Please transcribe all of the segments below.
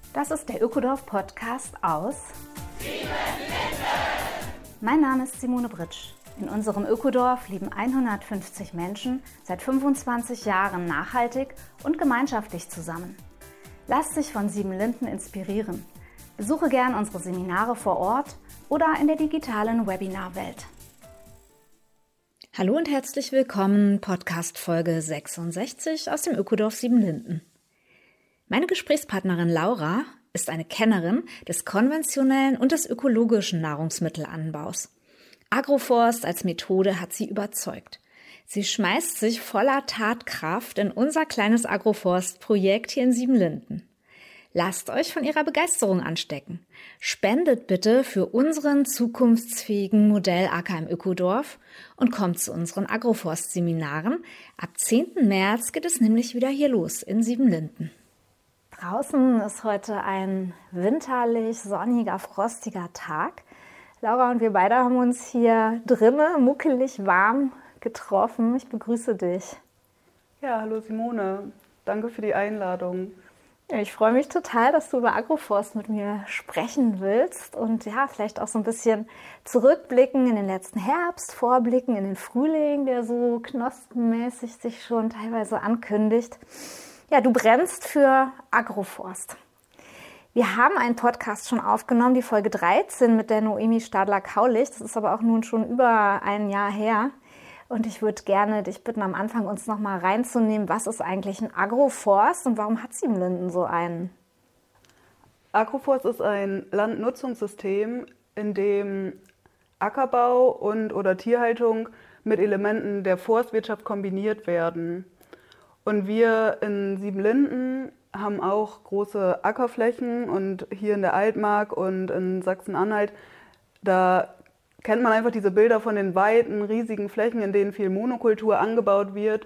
Das ist der Ökodorf-Podcast aus Mein Name ist Simone Britsch. In unserem Ökodorf leben 150 Menschen seit 25 Jahren nachhaltig und gemeinschaftlich zusammen. Lasst sich von Siebenlinden inspirieren. Besuche gern unsere Seminare vor Ort oder in der digitalen Webinarwelt. Hallo und herzlich willkommen, Podcast Folge 66 aus dem Ökodorf Siebenlinden. Meine Gesprächspartnerin Laura ist eine Kennerin des konventionellen und des ökologischen Nahrungsmittelanbaus. Agroforst als Methode hat sie überzeugt. Sie schmeißt sich voller Tatkraft in unser kleines Agroforst-Projekt hier in Siebenlinden. Lasst euch von ihrer Begeisterung anstecken. Spendet bitte für unseren zukunftsfähigen Modellacker im Ökodorf und kommt zu unseren Agroforst-Seminaren. Ab 10. März geht es nämlich wieder hier los in Siebenlinden. Draußen ist heute ein winterlich, sonniger, frostiger Tag. Laura und wir beide haben uns hier drinnen muckelig warm getroffen. Ich begrüße dich. Ja, hallo Simone. Danke für die Einladung. Ich freue mich total, dass du über Agroforst mit mir sprechen willst und ja, vielleicht auch so ein bisschen zurückblicken in den letzten Herbst, vorblicken in den Frühling, der so knospenmäßig sich schon teilweise ankündigt. Ja, du brennst für Agroforst. Wir haben einen Podcast schon aufgenommen, die Folge 13 mit der Noemi Stadler-Kaulich. Das ist aber auch nun schon über ein Jahr her. Und ich würde gerne dich bitten, am Anfang uns noch mal reinzunehmen, was ist eigentlich ein Agroforst und warum hat Siebenlinden so einen? Agroforst ist ein Landnutzungssystem, in dem Ackerbau oder Tierhaltung mit Elementen der Forstwirtschaft kombiniert werden. Und wir in Siebenlinden haben auch große Ackerflächen und hier in der Altmark und in Sachsen-Anhalt, da kennt man einfach diese Bilder von den weiten, riesigen Flächen, in denen viel Monokultur angebaut wird.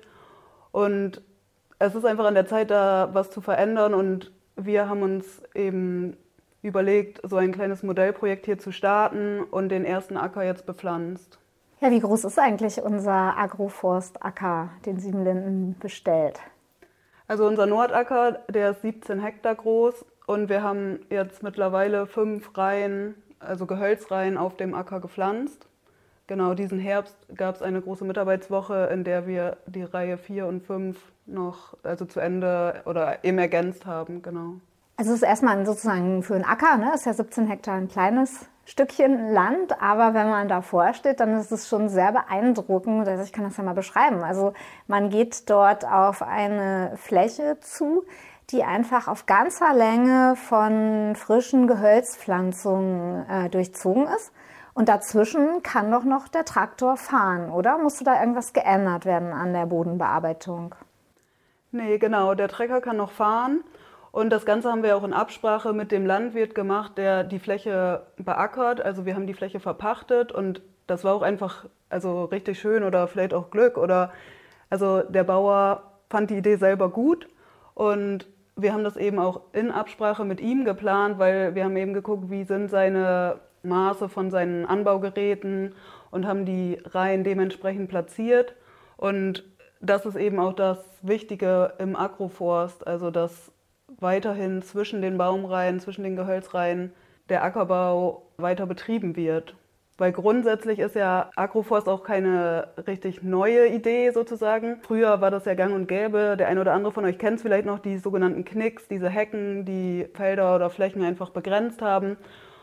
Und es ist einfach an der Zeit, da was zu verändern. Und wir haben uns eben überlegt, so ein kleines Modellprojekt hier zu starten und den ersten Acker jetzt bepflanzt. Ja, wie groß ist eigentlich unser Agroforst-Acker, den Siebenlinden bestellt? Also unser Nordacker, der ist 17 Hektar groß und wir haben jetzt mittlerweile 5 Reihen, also Gehölzreihen auf dem Acker gepflanzt. Genau, diesen Herbst gab es eine große Mitarbeitswoche, in der wir die Reihe 4 und 5 noch zu Ende oder eben ergänzt haben, genau. Also es ist erstmal sozusagen für einen Acker, ne? Ist ja 17 Hektar ein kleines Stückchen Land, aber wenn man davor steht, dann ist es schon sehr beeindruckend. Also ich kann das ja mal beschreiben. Also man geht dort auf eine Fläche zu, die einfach auf ganzer Länge von frischen Gehölzpflanzungen durchzogen ist. Und dazwischen kann doch noch der Traktor fahren, oder? Musste da irgendwas geändert werden an der Bodenbearbeitung? Nee, genau. Der Trecker kann noch fahren. Und das Ganze haben wir auch in Absprache mit dem Landwirt gemacht, der die Fläche beackert. Also wir haben die Fläche verpachtet und das war auch einfach richtig schön oder vielleicht auch Glück. Also der Bauer fand die Idee selber gut und wir haben das eben auch in Absprache mit ihm geplant, weil wir haben eben geguckt, wie sind seine Maße von seinen Anbaugeräten und haben die Reihen dementsprechend platziert. Und das ist eben auch das Wichtige im Agroforst, also dass weiterhin zwischen den Baumreihen, zwischen den Gehölzreihen der Ackerbau weiter betrieben wird. Weil grundsätzlich ist ja Agroforst auch keine richtig neue Idee sozusagen. Früher war das ja gang und gäbe. Der eine oder andere von euch kennt es vielleicht noch, die sogenannten Knicks, diese Hecken, die Felder oder Flächen einfach begrenzt haben.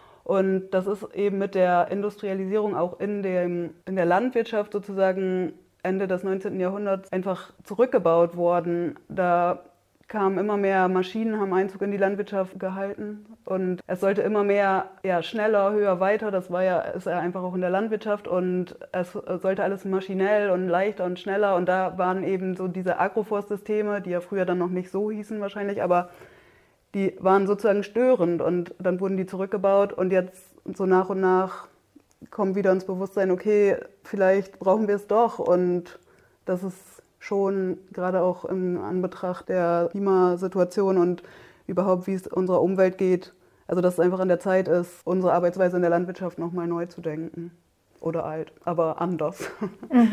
Und das ist eben mit der Industrialisierung auch in der Landwirtschaft sozusagen Ende des 19. Jahrhunderts einfach zurückgebaut worden. Da kamen immer mehr Maschinen, haben Einzug in die Landwirtschaft gehalten und es sollte immer mehr, schneller, höher, weiter, ist ja einfach auch in der Landwirtschaft und es sollte alles maschinell und leichter und schneller und da waren eben so diese Agroforstsysteme, die ja früher dann noch nicht so hießen wahrscheinlich, aber die waren sozusagen störend und dann wurden die zurückgebaut und jetzt so nach und nach kommt wieder ins Bewusstsein, okay, vielleicht brauchen wir es doch und das ist schon gerade auch in Anbetracht der Klimasituation und überhaupt, wie es unserer Umwelt geht, also dass es einfach an der Zeit ist, unsere Arbeitsweise in der Landwirtschaft nochmal neu zu denken. Oder alt, aber anders. Mhm.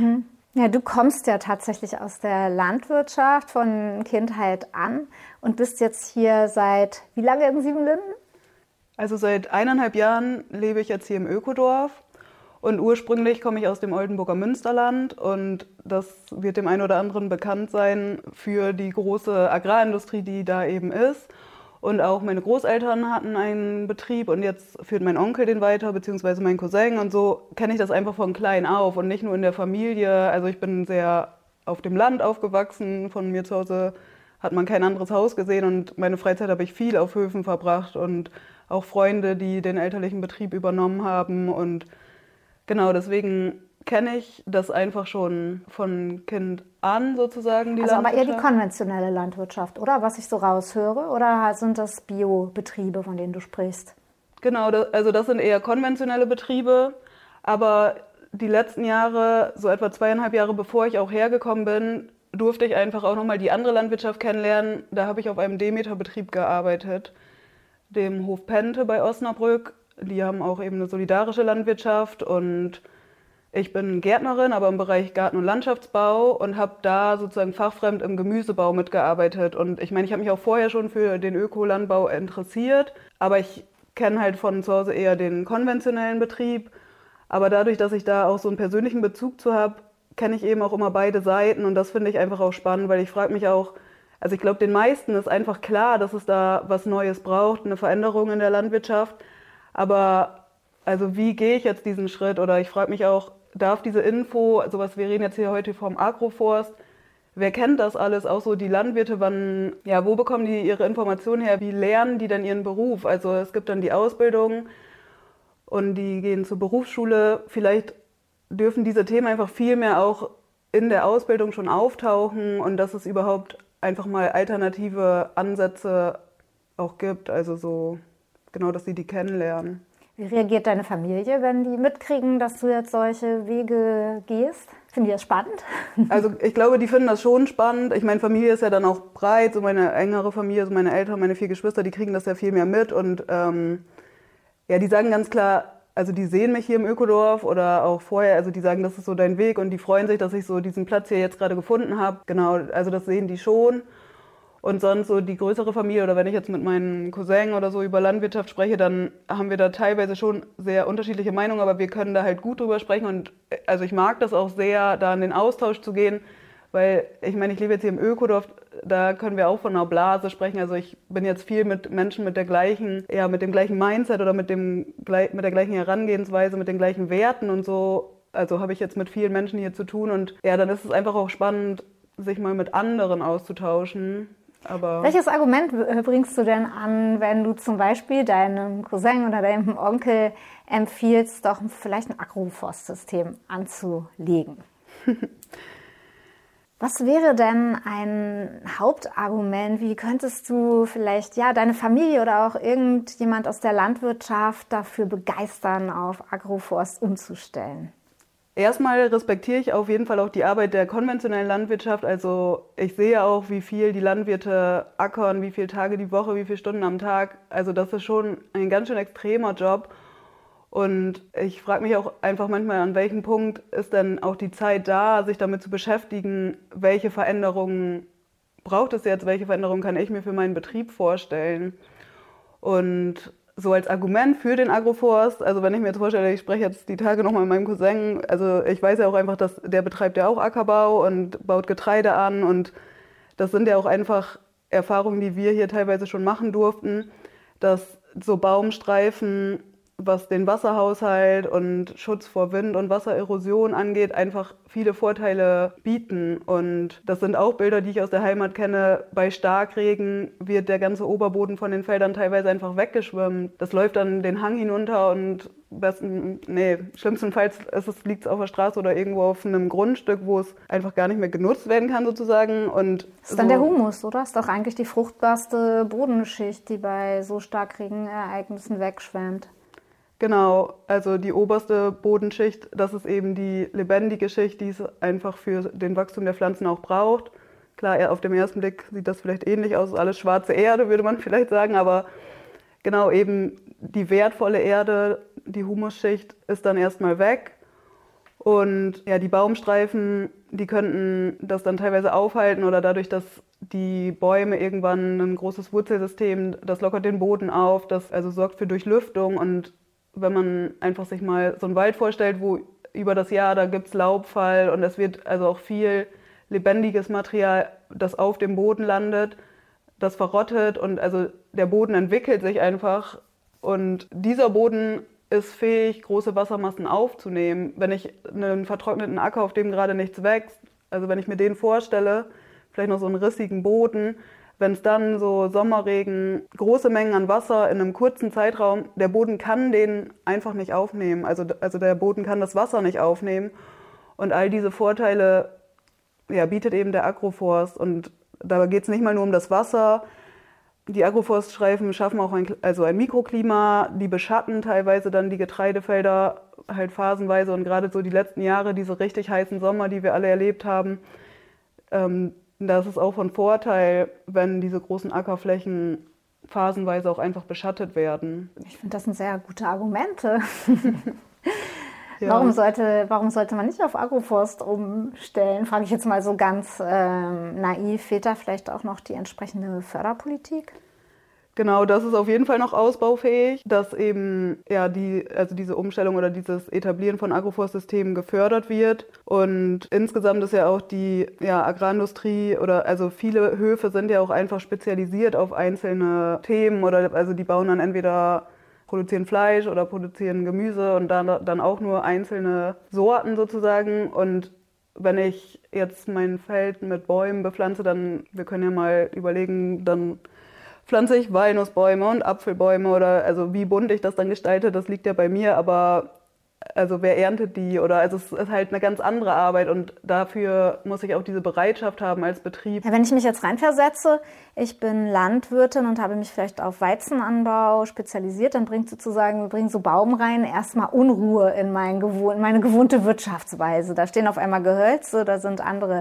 Ja, du kommst ja tatsächlich aus der Landwirtschaft von Kindheit an und bist jetzt hier seit wie lange in Siebenlinden? Also seit 1,5 Jahren lebe ich jetzt hier im Ökodorf und ursprünglich komme ich aus dem Oldenburger Münsterland und das wird dem einen oder anderen bekannt sein für die große Agrarindustrie, die da eben ist. Und auch meine Großeltern hatten einen Betrieb und jetzt führt mein Onkel den weiter, beziehungsweise mein Cousin. Und so kenne ich das einfach von klein auf und nicht nur in der Familie. Also ich bin sehr auf dem Land aufgewachsen. Von mir zu Hause hat man kein anderes Haus gesehen und meine Freizeit habe ich viel auf Höfen verbracht und auch Freunde, die den elterlichen Betrieb übernommen haben. Und genau deswegen kenne ich das einfach schon von Kind an sozusagen, die Also aber eher die Landwirtschaft. konventionelle Landwirtschaft, oder? Was ich so raushöre? Oder sind das Biobetriebe, von denen du sprichst? Genau, also das sind eher konventionelle Betriebe, aber die letzten Jahre, so etwa 2,5 Jahre bevor ich auch hergekommen bin, durfte ich einfach auch nochmal die andere Landwirtschaft kennenlernen. Da habe ich auf einem Demeter-Betrieb gearbeitet, dem Hof Pente bei Osnabrück. Die haben auch eben eine solidarische Landwirtschaft und ich bin Gärtnerin, aber im Bereich Garten- und Landschaftsbau und habe da sozusagen fachfremd im Gemüsebau mitgearbeitet. Und ich meine, ich habe mich auch vorher schon für den Ökolandbau interessiert, aber ich kenne halt von zu Hause eher den konventionellen Betrieb. Aber dadurch, dass ich da auch so einen persönlichen Bezug zu habe, kenne ich eben auch immer beide Seiten und das finde ich einfach auch spannend, weil ich frage mich auch, also ich glaube, den meisten ist einfach klar, dass es da was Neues braucht, eine Veränderung in der Landwirtschaft. Aber also wie gehe ich jetzt diesen Schritt? Oder ich frage mich auch, darf diese Info, sowas, wir reden jetzt hier heute vom Agroforst, wer kennt das alles? Auch so die Landwirte, wann, ja, wo bekommen die ihre Informationen her? Wie lernen die denn ihren Beruf? Also es gibt dann die Ausbildung und die gehen zur Berufsschule. Vielleicht dürfen diese Themen einfach viel mehr auch in der Ausbildung schon auftauchen und dass es überhaupt einfach mal alternative Ansätze auch gibt. Also so, genau, dass sie die kennenlernen. Wie reagiert deine Familie, wenn die mitkriegen, dass du jetzt solche Wege gehst? Finden die das spannend? Also ich glaube, die finden das schon spannend. Ich meine, Familie ist ja dann auch breit, so meine engere Familie, so meine Eltern, meine 4 Geschwister, die kriegen das ja viel mehr mit. Und ja, die sagen ganz klar, also die sehen mich hier im Ökodorf oder auch vorher, also die sagen, das ist so dein Weg und die freuen sich, dass ich so diesen Platz hier jetzt gerade gefunden habe. Genau, also das sehen die schon. Und sonst so die größere Familie oder wenn ich jetzt mit meinen Cousin oder so über Landwirtschaft spreche, dann haben wir da teilweise schon sehr unterschiedliche Meinungen, aber wir können da halt gut drüber sprechen und also ich mag das auch sehr, da in den Austausch zu gehen, weil ich meine, ich lebe jetzt hier im Ökodorf, da können wir auch von einer Blase sprechen, also ich bin jetzt viel mit Menschen mit der gleichen, ja, mit dem gleichen Mindset oder mit der gleichen Herangehensweise, mit den gleichen Werten und so, also habe ich jetzt mit vielen Menschen hier zu tun und ja, dann ist es einfach auch spannend, sich mal mit anderen auszutauschen. Aber welches Argument bringst du denn an, wenn du zum Beispiel deinem Cousin oder deinem Onkel empfiehlst, doch vielleicht ein Agroforstsystem anzulegen? Was wäre denn ein Hauptargument? Wie könntest du vielleicht deine Familie oder auch irgendjemand aus der Landwirtschaft dafür begeistern, auf Agroforst umzustellen? erstmal respektiere ich auf jeden Fall auch die Arbeit der konventionellen Landwirtschaft. Also ich sehe auch, wie viel die Landwirte ackern, wie viele Tage die Woche, wie viele Stunden am Tag. Also das ist schon ein ganz schön extremer Job. Und ich frage mich auch einfach manchmal, an welchem Punkt ist denn auch die Zeit da, sich damit zu beschäftigen, welche Veränderungen braucht es jetzt, welche Veränderungen kann ich mir für meinen Betrieb vorstellen. Und so als Argument für den Agroforst, also wenn ich mir jetzt vorstelle, ich spreche jetzt die Tage nochmal mit meinem Cousin, also ich weiß ja auch einfach, dass der betreibt ja auch Ackerbau und baut Getreide an und das sind ja auch einfach Erfahrungen, die wir hier teilweise schon machen durften, dass so Baumstreifen, was den Wasserhaushalt und Schutz vor Wind- und Wassererosion angeht, einfach viele Vorteile bieten. Und das sind auch Bilder, die ich aus der Heimat kenne. Bei Starkregen wird der ganze Oberboden von den Feldern teilweise einfach weggeschwemmt. Das läuft dann den Hang hinunter und schlimmstenfalls liegt es auf der Straße oder irgendwo auf einem Grundstück, wo es einfach gar nicht mehr genutzt werden kann sozusagen. Und das ist dann der Humus, oder? Das ist doch eigentlich die fruchtbarste Bodenschicht, die bei so Starkregenereignissen wegschwemmt. Genau, also die oberste Bodenschicht, das ist eben die lebendige Schicht, die es einfach für den Wachstum der Pflanzen auch braucht. Klar, auf den ersten Blick sieht das vielleicht ähnlich aus, alles schwarze Erde, würde man vielleicht sagen, aber genau eben die wertvolle Erde, die Humusschicht ist dann erstmal weg. Und ja, die Baumstreifen, die könnten das dann teilweise aufhalten oder dadurch, dass die Bäume irgendwann ein großes Wurzelsystem, das lockert den Boden auf, das also sorgt für Durchlüftung. Und wenn man einfach sich mal so einen Wald vorstellt, wo über das Jahr, da gibt es Laubfall und es wird also auch viel lebendiges Material, das auf dem Boden landet, das verrottet und also der Boden entwickelt sich einfach und dieser Boden ist fähig, große Wassermassen aufzunehmen. Wenn ich einen vertrockneten Acker, auf dem gerade nichts wächst, also wenn ich mir den vorstelle, vielleicht noch so einen rissigen Boden, wenn es dann so Sommerregen, große Mengen an Wasser in einem kurzen Zeitraum, der Boden kann den einfach nicht aufnehmen. Also der Boden kann das Wasser nicht aufnehmen. Und all diese Vorteile ja, bietet eben der Agroforst. Und da geht es nicht mal nur um das Wasser. Die Agroforststreifen schaffen auch ein Mikroklima, die beschatten teilweise dann die Getreidefelder halt phasenweise. Und gerade so die letzten Jahre, diese richtig heißen Sommer, die wir alle erlebt haben, da ist es auch von Vorteil, wenn diese großen Ackerflächen phasenweise auch einfach beschattet werden. Ich finde, das sind sehr gute Argumente. Ja. Warum sollte man nicht auf Agroforst umstellen? Frage ich jetzt mal so ganz naiv. Fehlt da vielleicht auch noch die entsprechende Förderpolitik? Genau, das ist auf jeden Fall noch ausbaufähig, dass eben ja diese Umstellung oder dieses Etablieren von Agroforstsystemen gefördert wird. Und insgesamt ist ja auch die Agrarindustrie oder also viele Höfe sind ja auch einfach spezialisiert auf einzelne Themen oder also die bauen dann entweder produzieren Fleisch oder produzieren Gemüse und dann auch nur einzelne Sorten sozusagen. Und wenn ich jetzt mein Feld mit Bäumen bepflanze, dann, wir können ja mal überlegen, dann pflanze ich Walnussbäume und Apfelbäume oder also wie bunt ich das dann gestalte, das liegt ja bei mir, aber also wer erntet die oder also es ist halt eine ganz andere Arbeit und dafür muss ich auch diese Bereitschaft haben als Betrieb. Ja, wenn ich mich jetzt reinversetze, ich bin Landwirtin und habe mich vielleicht auf Weizenanbau spezialisiert, dann bringen so Baumreihen erstmal Unruhe in meine gewohnte Wirtschaftsweise. Da stehen auf einmal Gehölze, da sind andere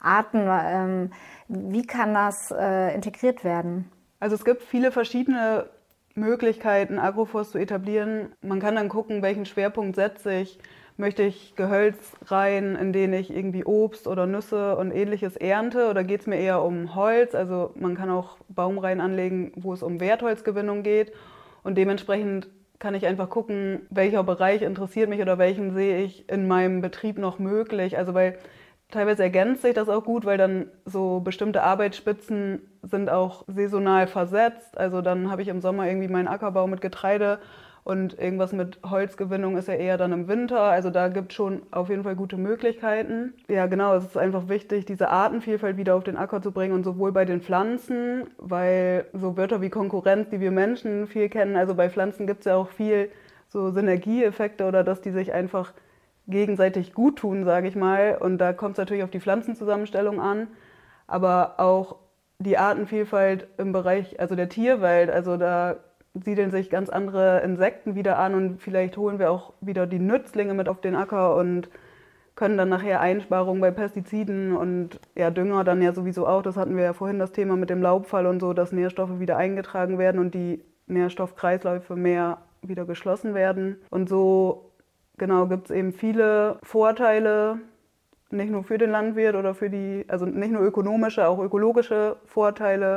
Arten. Wie kann das integriert werden? Also es gibt viele verschiedene Möglichkeiten, Agroforst zu etablieren. Man kann dann gucken, welchen Schwerpunkt setze ich. Möchte ich Gehölzreihen, in denen ich irgendwie Obst oder Nüsse und Ähnliches ernte oder geht es mir eher um Holz? Also man kann auch Baumreihen anlegen, wo es um Wertholzgewinnung geht und dementsprechend kann ich einfach gucken, welcher Bereich interessiert mich oder welchen sehe ich in meinem Betrieb noch möglich. Also weil teilweise ergänzt sich das auch gut, weil dann so bestimmte Arbeitsspitzen sind auch saisonal versetzt. Also dann habe ich im Sommer irgendwie meinen Ackerbau mit Getreide und irgendwas mit Holzgewinnung ist ja eher dann im Winter. Also da gibt es schon auf jeden Fall gute Möglichkeiten. Ja genau, es ist einfach wichtig, diese Artenvielfalt wieder auf den Acker zu bringen und sowohl bei den Pflanzen, weil so Wörter wie Konkurrenz, die wir Menschen viel kennen, also bei Pflanzen gibt es ja auch viel so Synergieeffekte oder dass die sich einfach gegenseitig gut tun, sage ich mal. Und da kommt es natürlich auf die Pflanzenzusammenstellung an, aber auch die Artenvielfalt im Bereich, also der Tierwelt, also da siedeln sich ganz andere Insekten wieder an und vielleicht holen wir auch wieder die Nützlinge mit auf den Acker und können dann nachher Einsparungen bei Pestiziden und ja, Dünger dann ja sowieso auch, das hatten wir ja vorhin das Thema mit dem Laubfall und so, dass Nährstoffe wieder eingetragen werden und die Nährstoffkreisläufe mehr wieder geschlossen werden. Und so genau, gibt es eben viele Vorteile, nicht nur für den Landwirt oder also nicht nur ökonomische, auch ökologische Vorteile.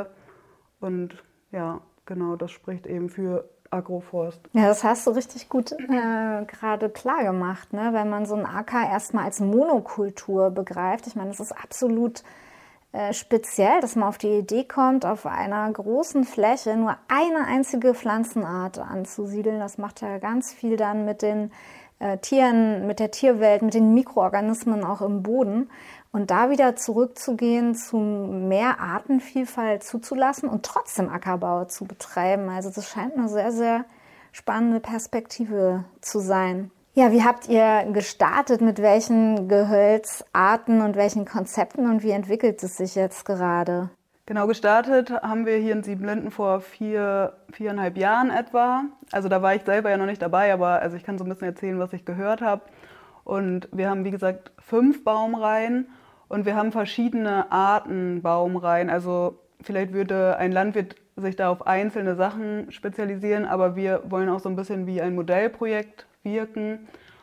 Und ja, genau, das spricht eben für Agroforst. Ja, das hast du richtig gut gerade klar gemacht, ne? Wenn man so einen Acker erstmal als Monokultur begreift. Ich meine, es ist absolut speziell, dass man auf die Idee kommt, auf einer großen Fläche nur eine einzige Pflanzenart anzusiedeln. Das macht ja ganz viel dann mit den Tieren, mit der Tierwelt, mit den Mikroorganismen auch im Boden und da wieder zurückzugehen, zu mehr Artenvielfalt zuzulassen und trotzdem Ackerbau zu betreiben. Also das scheint eine sehr, sehr spannende Perspektive zu sein. Ja, wie habt ihr gestartet, mit welchen Gehölzarten und welchen Konzepten und wie entwickelt es sich jetzt gerade? Genau, gestartet haben wir hier in Siebenlinden vor 4,5 Jahren etwa. Also da war ich selber ja noch nicht dabei, aber also ich kann so ein bisschen erzählen, was ich gehört habe. Und wir haben, wie gesagt, 5 Baumreihen und wir haben verschiedene Arten Baumreihen. Also vielleicht würde ein Landwirt sich da auf einzelne Sachen spezialisieren, aber wir wollen auch so ein bisschen wie ein Modellprojekt wirken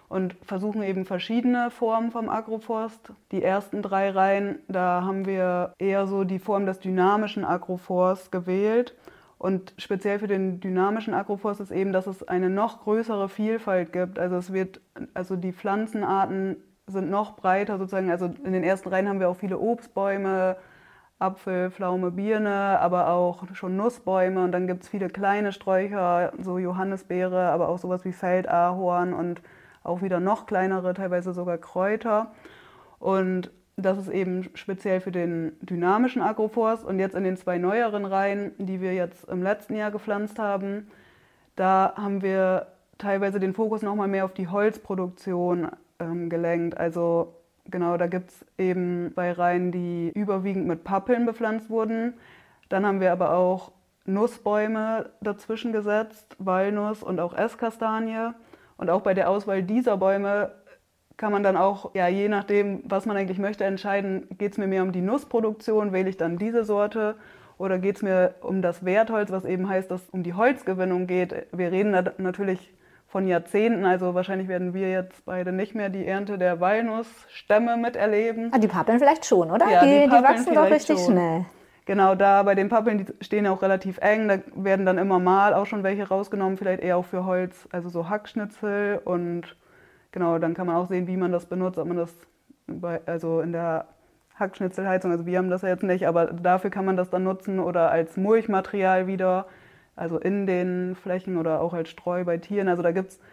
und versuchen eben verschiedene Formen vom Agroforst. Die ersten 3 Reihen, da haben wir eher so die Form des dynamischen Agroforsts gewählt. Und speziell für den dynamischen Agroforst ist eben, dass es eine noch größere Vielfalt gibt. Also die Pflanzenarten sind noch breiter sozusagen. Also in den ersten Reihen haben wir auch viele Obstbäume, Apfel, Pflaume, Birne, aber auch schon Nussbäume. Und dann gibt es viele kleine Sträucher, so Johannisbeere, aber auch sowas wie Feldahorn und auch wieder noch kleinere, teilweise sogar Kräuter. Und das ist eben speziell für den dynamischen Agroforst. Und jetzt in den 2 neueren Reihen, die wir jetzt im letzten Jahr gepflanzt haben, da haben wir teilweise den Fokus nochmal mehr auf die Holzproduktion gelenkt. Also genau, da gibt es eben 2 Reihen, die überwiegend mit Pappeln bepflanzt wurden. Dann haben wir aber auch Nussbäume dazwischen gesetzt, Walnuss und auch Esskastanie. Und auch bei der Auswahl dieser Bäume kann man dann auch, ja, je nachdem, was man eigentlich möchte, entscheiden, geht es mir mehr um die Nussproduktion, wähle ich dann diese Sorte, oder geht es mir um das Wertholz, was eben heißt, dass es um die Holzgewinnung geht. Wir reden da natürlich von Jahrzehnten, also wahrscheinlich werden wir jetzt beide nicht mehr die Ernte der Walnussstämme miterleben. Die Pappeln vielleicht schon, oder? Ja, die wachsen doch richtig schnell. Genau, da bei den Pappeln, die stehen ja auch relativ eng, da werden dann immer mal auch schon welche rausgenommen, vielleicht eher auch für Holz, also so Hackschnitzel, und genau, dann kann man auch sehen, wie man das benutzt, ob man das also in der Hackschnitzelheizung, also wir haben das ja jetzt nicht, aber dafür kann man das dann nutzen oder als Mulchmaterial wieder, also in den Flächen oder auch als Streu bei Tieren. Also da gibt es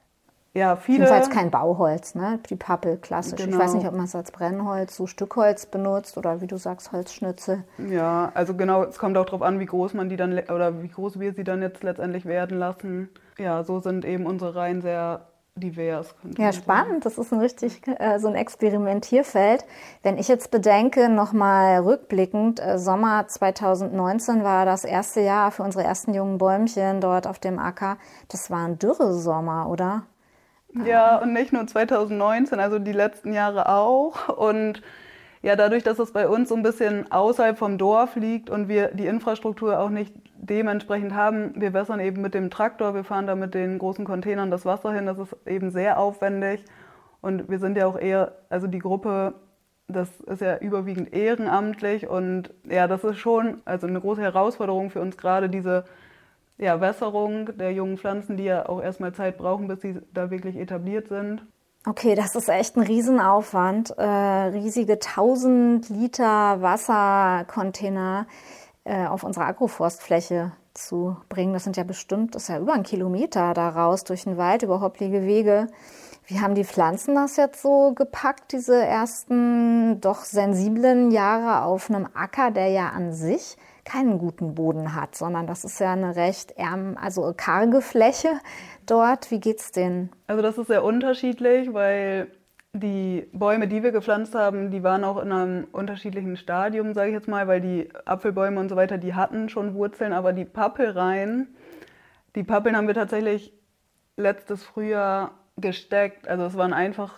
ja viele. Jedenfalls kein Bauholz, ne? Die Pappel, klassisch. Genau. Ich weiß nicht, ob man es als Brennholz, so Stückholz benutzt oder wie du sagst, Holzschnitzel. Ja, also genau, es kommt auch darauf an, wie groß man die dann oder wie groß wir sie dann jetzt letztendlich werden lassen. Ja, so sind eben unsere Reihen sehr divers. Ja, spannend. Das ist ein richtig so ein Experimentierfeld. Wenn ich jetzt bedenke, nochmal rückblickend, Sommer 2019 war das erste Jahr für unsere ersten jungen Bäumchen dort auf dem Acker. Das war ein Dürresommer, oder? Ja, und nicht nur 2019, also die letzten Jahre auch. Und ja, dadurch, dass es bei uns so ein bisschen außerhalb vom Dorf liegt und wir die Infrastruktur auch nicht dementsprechend haben, wir wässern eben mit dem Traktor, wir fahren da mit den großen Containern das Wasser hin, das ist eben sehr aufwendig. Und wir sind ja auch eher, also die Gruppe, das ist ja überwiegend ehrenamtlich, und ja, das ist schon also eine große Herausforderung für uns, gerade diese Wässerung der jungen Pflanzen, die ja auch erstmal Zeit brauchen, bis sie da wirklich etabliert sind. Okay, das ist echt ein Riesenaufwand. Riesige 1000 Liter Wassercontainer auf unsere Agroforstfläche zu bringen. Das ist ja über 1 Kilometer daraus durch den Wald, über hopplige Wege. Wie haben die Pflanzen das jetzt so gepackt, diese ersten doch sensiblen Jahre auf einem Acker, der ja an sich keinen guten Boden hat, sondern das ist ja eine recht karge Fläche dort. Wie geht's denen? Also das ist sehr unterschiedlich, weil die Bäume, die wir gepflanzt haben, die waren auch in einem unterschiedlichen Stadium, sage ich jetzt mal, weil die Apfelbäume und so weiter, die hatten schon Wurzeln, aber die Pappeln haben wir tatsächlich letztes Frühjahr gesteckt. Also es waren einfach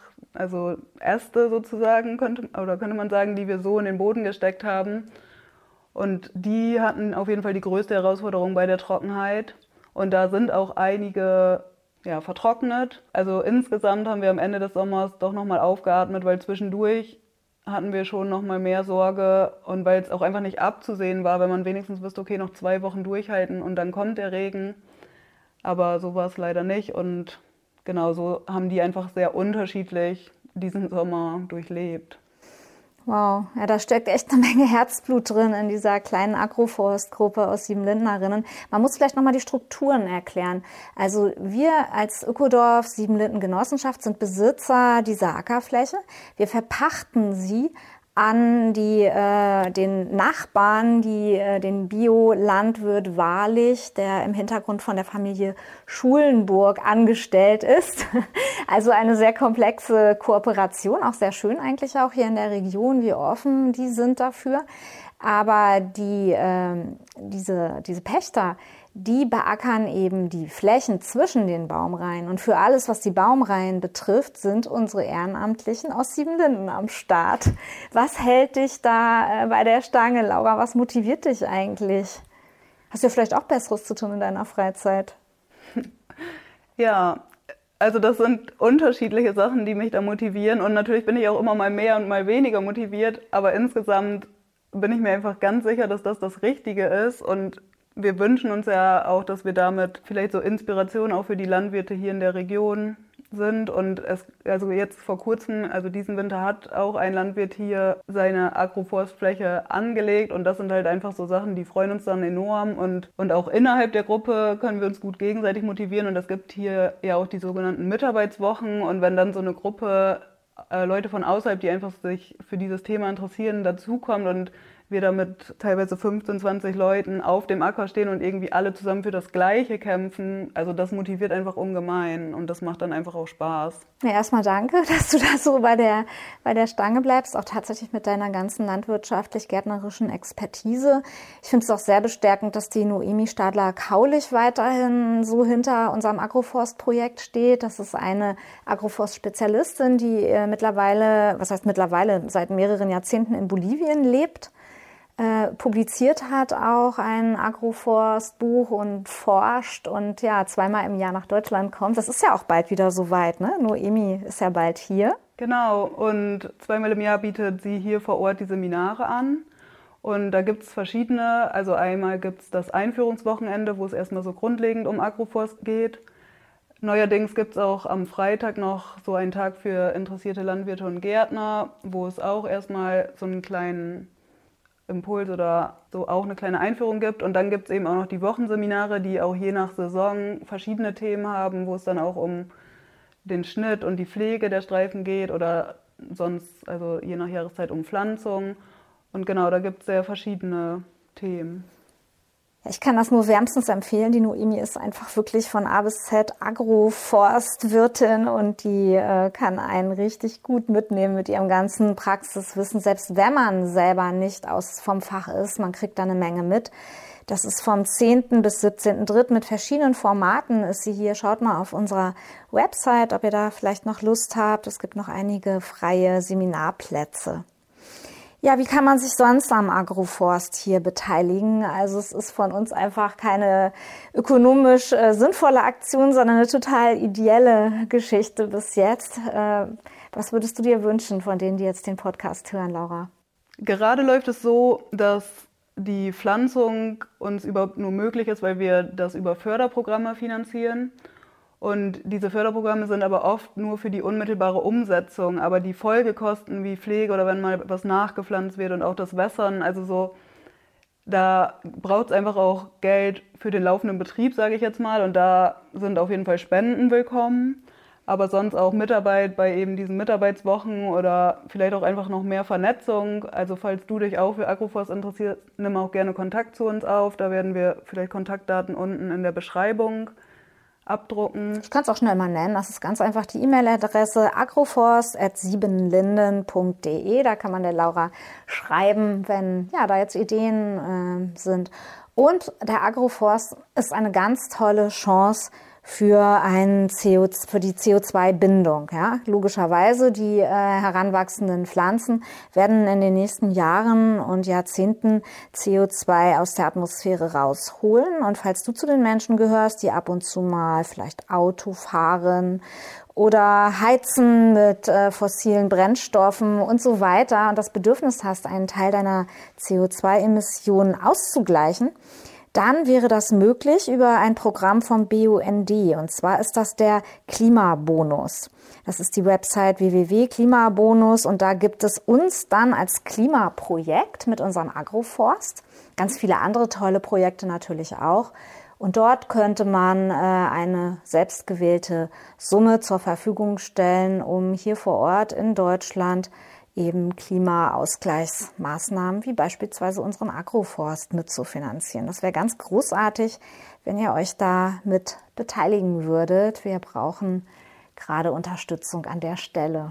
Äste sozusagen, könnte man sagen, die wir so in den Boden gesteckt haben. Und die hatten auf jeden Fall die größte Herausforderung bei der Trockenheit. Und da sind auch einige vertrocknet. Also insgesamt haben wir am Ende des Sommers doch nochmal aufgeatmet, weil zwischendurch hatten wir schon nochmal mehr Sorge. Und weil es auch einfach nicht abzusehen war, wenn man wenigstens wusste, okay, noch 2 Wochen durchhalten und dann kommt der Regen. Aber so war es leider nicht. Und genau so haben die einfach sehr unterschiedlich diesen Sommer durchlebt. Wow, ja, da steckt echt eine Menge Herzblut drin in dieser kleinen Agroforstgruppe aus Siebenlindnerinnen. Man muss vielleicht nochmal die Strukturen erklären. Also wir als Ökodorf Siebenlinden-Genossenschaft sind Besitzer dieser Ackerfläche. Wir verpachten sie an den Nachbarn, den Bio-Landwirt Wahrlich, der im Hintergrund von der Familie Schulenburg angestellt ist. Also eine sehr komplexe Kooperation, auch sehr schön eigentlich auch hier in der Region, wie offen die sind dafür. Aber diese Pächter, die beackern eben die Flächen zwischen den Baumreihen. Und für alles, was die Baumreihen betrifft, sind unsere Ehrenamtlichen aus Siebenlinden am Start. Was hält dich da bei der Stange, Laura? Was motiviert dich eigentlich? Hast du vielleicht auch Besseres zu tun in deiner Freizeit? Ja, Also das sind unterschiedliche Sachen, die mich da motivieren. Und natürlich bin ich auch immer mal mehr und mal weniger motiviert. Aber insgesamt bin ich mir einfach ganz sicher, dass das das Richtige ist. Und wir wünschen uns ja auch, dass wir damit vielleicht so Inspiration auch für die Landwirte hier in der Region sind. Und also jetzt vor kurzem, also diesen Winter hat auch ein Landwirt hier seine Agroforstfläche angelegt. Und das sind halt einfach so Sachen, die freuen uns dann enorm. Und auch innerhalb der Gruppe können wir uns gut gegenseitig motivieren. Und es gibt hier ja auch die sogenannten Mitarbeitswochen. Und wenn dann so eine Gruppe Leute von außerhalb, die einfach sich für dieses Thema interessieren, dazukommt und wir da mit teilweise 15, 20 Leuten auf dem Acker stehen und irgendwie alle zusammen für das Gleiche kämpfen. Also das motiviert einfach ungemein und das macht dann einfach auch Spaß. Ja, erstmal danke, dass du da so bei der Stange bleibst, auch tatsächlich mit deiner ganzen landwirtschaftlich-gärtnerischen Expertise. Ich finde es auch sehr bestärkend, dass die Noemi Stadler-Kaulich weiterhin so hinter unserem Agroforst-Projekt steht. Das ist eine Agroforst-Spezialistin, die mittlerweile, seit mehreren Jahrzehnten in Bolivien lebt. Publiziert hat auch ein Agroforstbuch und forscht und ja, 2-mal im Jahr nach Deutschland kommt. Das ist ja auch bald wieder soweit, ne? Noemi ist ja bald hier. Genau, und 2-mal im Jahr bietet sie hier vor Ort die Seminare an. Und da gibt es verschiedene, also einmal gibt es das Einführungswochenende, wo es erstmal so grundlegend um Agroforst geht. Neuerdings gibt es auch am Freitag noch so einen Tag für interessierte Landwirte und Gärtner, wo es auch erstmal so einen kleinen Impuls oder so auch eine kleine Einführung gibt. Und dann gibt es eben auch noch die Wochenseminare, die auch je nach Saison verschiedene Themen haben, wo es dann auch um den Schnitt und die Pflege der Streifen geht oder sonst, also je nach Jahreszeit um Pflanzung. Und genau, da gibt es sehr verschiedene Themen. Ich kann das nur wärmstens empfehlen. Die Noemi ist einfach wirklich von A bis Z Agroforstwirtin und die kann einen richtig gut mitnehmen mit ihrem ganzen Praxiswissen, selbst wenn man selber nicht vom Fach ist. Man kriegt da eine Menge mit. Das ist vom 10. bis 17.3. mit verschiedenen Formaten ist sie hier. Schaut mal auf unserer Website, ob ihr da vielleicht noch Lust habt. Es gibt noch einige freie Seminarplätze. Ja, wie kann man sich sonst am Agroforst hier beteiligen? Also es ist von uns einfach keine ökonomisch sinnvolle Aktion, sondern eine total ideelle Geschichte bis jetzt. Was würdest du dir wünschen von denen, die jetzt den Podcast hören, Laura? Gerade läuft es so, dass die Pflanzung uns überhaupt nur möglich ist, weil wir das über Förderprogramme finanzieren. Und diese Förderprogramme sind aber oft nur für die unmittelbare Umsetzung. Aber die Folgekosten wie Pflege oder wenn mal was nachgepflanzt wird und auch das Wässern, also so, da braucht es einfach auch Geld für den laufenden Betrieb, sage ich jetzt mal. Und da sind auf jeden Fall Spenden willkommen. Aber sonst auch Mitarbeit bei eben diesen Mitarbeitswochen oder vielleicht auch einfach noch mehr Vernetzung. Also falls du dich auch für Agroforst interessierst, nimm auch gerne Kontakt zu uns auf. Da werden wir vielleicht Kontaktdaten unten in der Beschreibung abdrucken. Ich kann es auch schnell mal nennen. Das ist ganz einfach die E-Mail-Adresse agroforst@siebenlinden.de. Da kann man der Laura schreiben, wenn ja da jetzt Ideen sind. Und der Agroforst ist eine ganz tolle Chance für die CO2-Bindung. Ja? Logischerweise, die heranwachsenden Pflanzen werden in den nächsten Jahren und Jahrzehnten CO2 aus der Atmosphäre rausholen. Und falls du zu den Menschen gehörst, die ab und zu mal vielleicht Auto fahren oder heizen mit fossilen Brennstoffen und so weiter und das Bedürfnis hast, einen Teil deiner CO2-Emissionen auszugleichen, dann wäre das möglich über ein Programm vom BUND. Und zwar ist das der Klimabonus. Das ist die Website www.klimabonus und da gibt es uns dann als Klimaprojekt mit unserem Agroforst. Ganz viele andere tolle Projekte natürlich auch. Und dort könnte man eine selbstgewählte Summe zur Verfügung stellen, um hier vor Ort in Deutschland eben Klimaausgleichsmaßnahmen wie beispielsweise unseren Agroforst mitzufinanzieren. Das wäre ganz großartig, wenn ihr euch da mit beteiligen würdet. Wir brauchen gerade Unterstützung an der Stelle.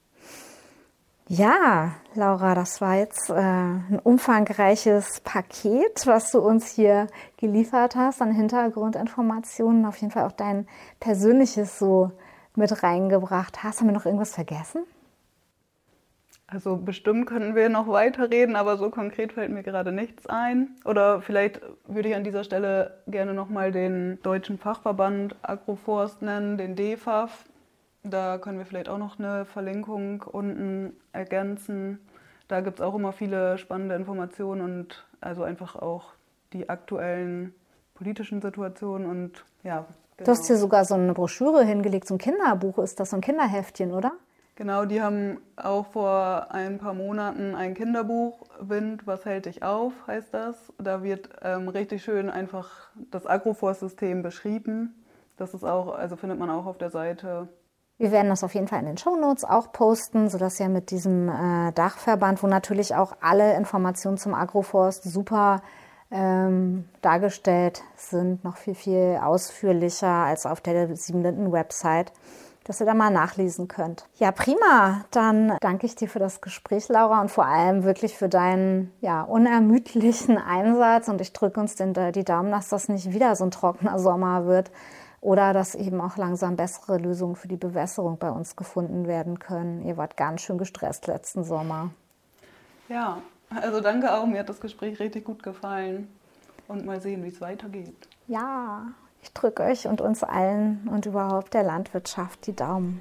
Ja, Laura, das war jetzt ein umfangreiches Paket, was du uns hier geliefert hast an Hintergrundinformationen. Auf jeden Fall auch dein Persönliches so mit reingebracht hast. Haben wir noch irgendwas vergessen? Also bestimmt könnten wir noch weiterreden, aber so konkret fällt mir gerade nichts ein. Oder vielleicht würde ich an dieser Stelle gerne nochmal den Deutschen Fachverband Agroforst nennen, den DEFAF. Da können wir vielleicht auch noch eine Verlinkung unten ergänzen. Da gibt es auch immer viele spannende Informationen und also einfach auch die aktuellen politischen Situationen und ja. Genau. Du hast hier sogar so eine Broschüre hingelegt, so ein Kinderbuch ist das, so ein Kinderheftchen, oder? Genau, die haben auch vor ein paar Monaten ein Kinderbuch, Wind, was hält dich auf, heißt das. Da wird richtig schön einfach das Agroforstsystem beschrieben. Das ist auch, also findet man auch auf der Seite. Wir werden das auf jeden Fall in den Shownotes auch posten, sodass ja mit diesem Dachverband, wo natürlich auch alle Informationen zum Agroforst super dargestellt sind, noch viel, viel ausführlicher als auf der Siebenlinden-Website, dass ihr da mal nachlesen könnt. Ja, prima. Dann danke ich dir für das Gespräch, Laura, und vor allem wirklich für deinen unermüdlichen Einsatz. Und ich drücke uns die Daumen, dass das nicht wieder so ein trockener Sommer wird oder dass eben auch langsam bessere Lösungen für die Bewässerung bei uns gefunden werden können. Ihr wart ganz schön gestresst letzten Sommer. Ja, also danke auch. Mir hat das Gespräch richtig gut gefallen. Und mal sehen, wie es weitergeht. Ja, ich drücke euch und uns allen und überhaupt der Landwirtschaft die Daumen.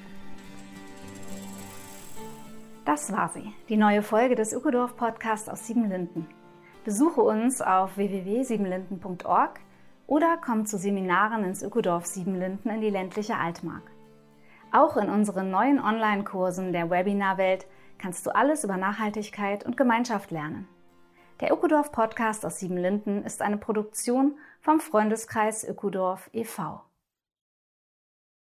Das war sie, die neue Folge des Ökodorf-Podcasts aus Siebenlinden. Besuche uns auf www.siebenlinden.org oder komm zu Seminaren ins Ökodorf Siebenlinden in die ländliche Altmark. Auch in unseren neuen Online-Kursen der Webinarwelt kannst du alles über Nachhaltigkeit und Gemeinschaft lernen. Der Ökodorf-Podcast aus Siebenlinden ist eine Produktion vom Freundeskreis Ökodorf e.V.